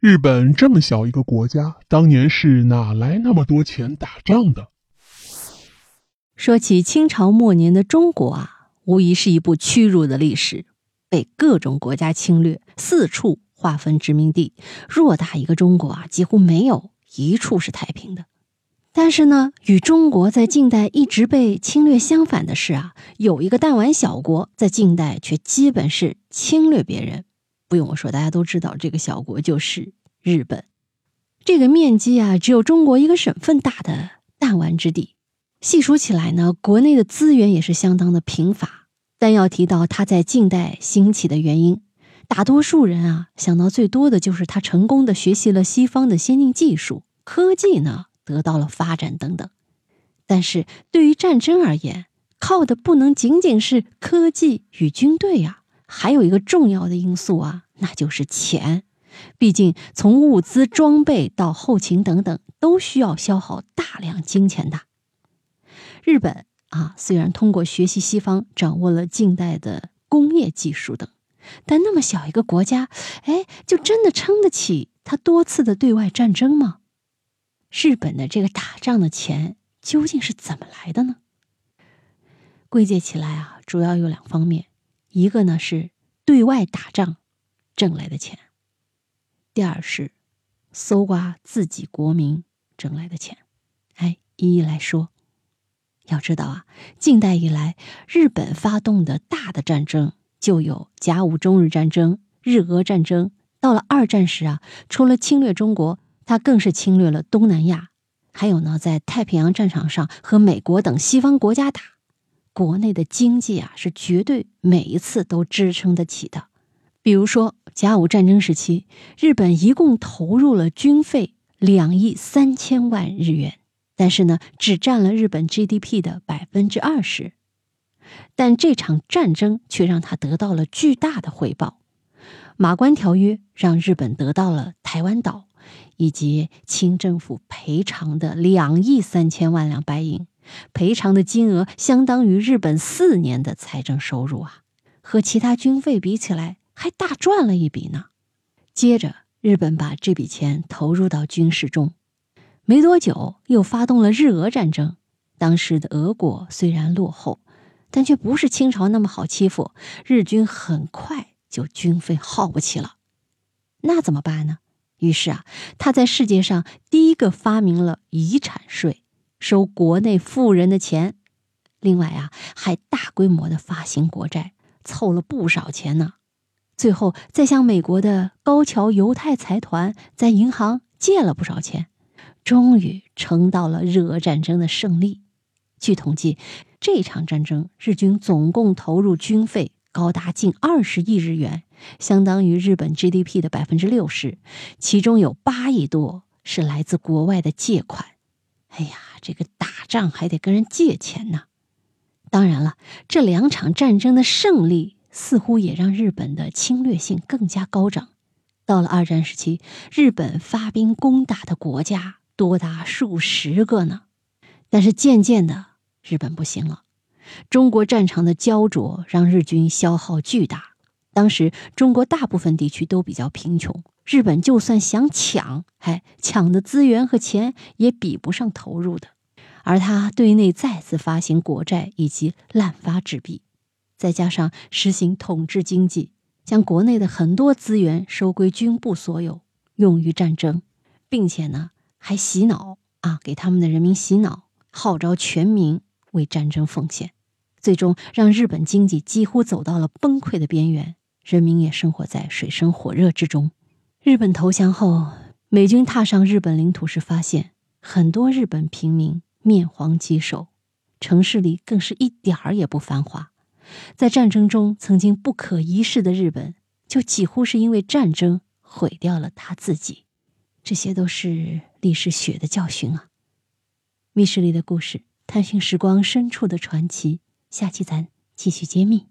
日本这么小一个国家，当年是哪来那么多钱打仗的？ 说起清朝末年的中国啊，无疑是一部屈辱的历史，被各种国家侵略，四处划分殖民地，偌大一个中国啊，几乎没有一处是太平的。但是呢，与中国在近代一直被侵略相反的是啊，有一个弹丸小国在近代却基本是侵略别人。不用我说，大家都知道这个小国就是日本。这个面积啊，只有中国一个省份大的弹丸之地，细数起来呢，国内的资源也是相当的贫乏。但要提到它在近代兴起的原因，大多数人啊想到最多的就是它成功的学习了西方的先进技术，科技呢得到了发展等等。但是对于战争而言，靠的不能仅仅是科技与军队啊，还有一个重要的因素啊，那就是钱。毕竟从物资装备到后勤等等都需要消耗大量金钱的。日本啊，虽然通过学习西方掌握了近代的工业技术等，但那么小一个国家，就真的撑得起它多次的对外战争吗？日本的这个打仗的钱究竟是怎么来的呢？归结起来啊，主要有两方面，一个呢是对外打仗挣来的钱，第二是搜刮自己国民挣来的钱。一一来说。要知道啊，近代以来，日本发动的大的战争就有甲午中日战争、日俄战争。到了二战时啊，除了侵略中国，它更是侵略了东南亚。还有呢，在太平洋战场上和美国等西方国家打，国内的经济啊是绝对每一次都支撑得起的。比如说甲午战争时期，日本一共投入了军费2亿3千万日元。但是呢，只占了日本 GDP 的20%，但这场战争却让他得到了巨大的回报。马关条约让日本得到了台湾岛，以及清政府赔偿的2亿3千万两白银，赔偿的金额相当于日本4年的财政收入啊，和其他军费比起来还大赚了一笔呢。接着，日本把这笔钱投入到军事中。没多久又发动了日俄战争，当时的俄国虽然落后，但却不是清朝那么好欺负，日军很快就军费耗不起了。那怎么办呢？于是啊，他在世界上第一个发明了遗产税，收国内富人的钱。另外啊，还大规模的发行国债，凑了不少钱呢。最后再向美国的高桥犹太财团在银行借了不少钱，终于撑到了日俄战争的胜利。据统计，这场战争日军总共投入军费高达近20亿日元，相当于日本 GDP 的60%，其中有8亿多是来自国外的借款。这个打仗还得跟人借钱呢。当然了，这2场战争的胜利似乎也让日本的侵略性更加高涨。到了二战时期，日本发兵攻打的国家多达数十个呢。但是渐渐的，日本不行了。中国战场的焦灼让日军消耗巨大。当时中国大部分地区都比较贫穷，日本就算想抢的资源和钱也比不上投入的。而他对内再次发行国债以及滥发纸币，再加上实行统治经济，将国内的很多资源收归军部所有，用于战争，并且呢还洗脑给他们的人民洗脑，号召全民为战争奉献，最终让日本经济几乎走到了崩溃的边缘，人民也生活在水深火热之中。日本投降后，美军踏上日本领土时发现，很多日本平民面黄肌瘦，城市里更是一点儿也不繁华。在战争中曾经不可一世的日本，就几乎是因为战争毁掉了他自己。这些都是历史血的教训啊。密室里的故事，探寻时光深处的传奇，下期咱继续揭秘。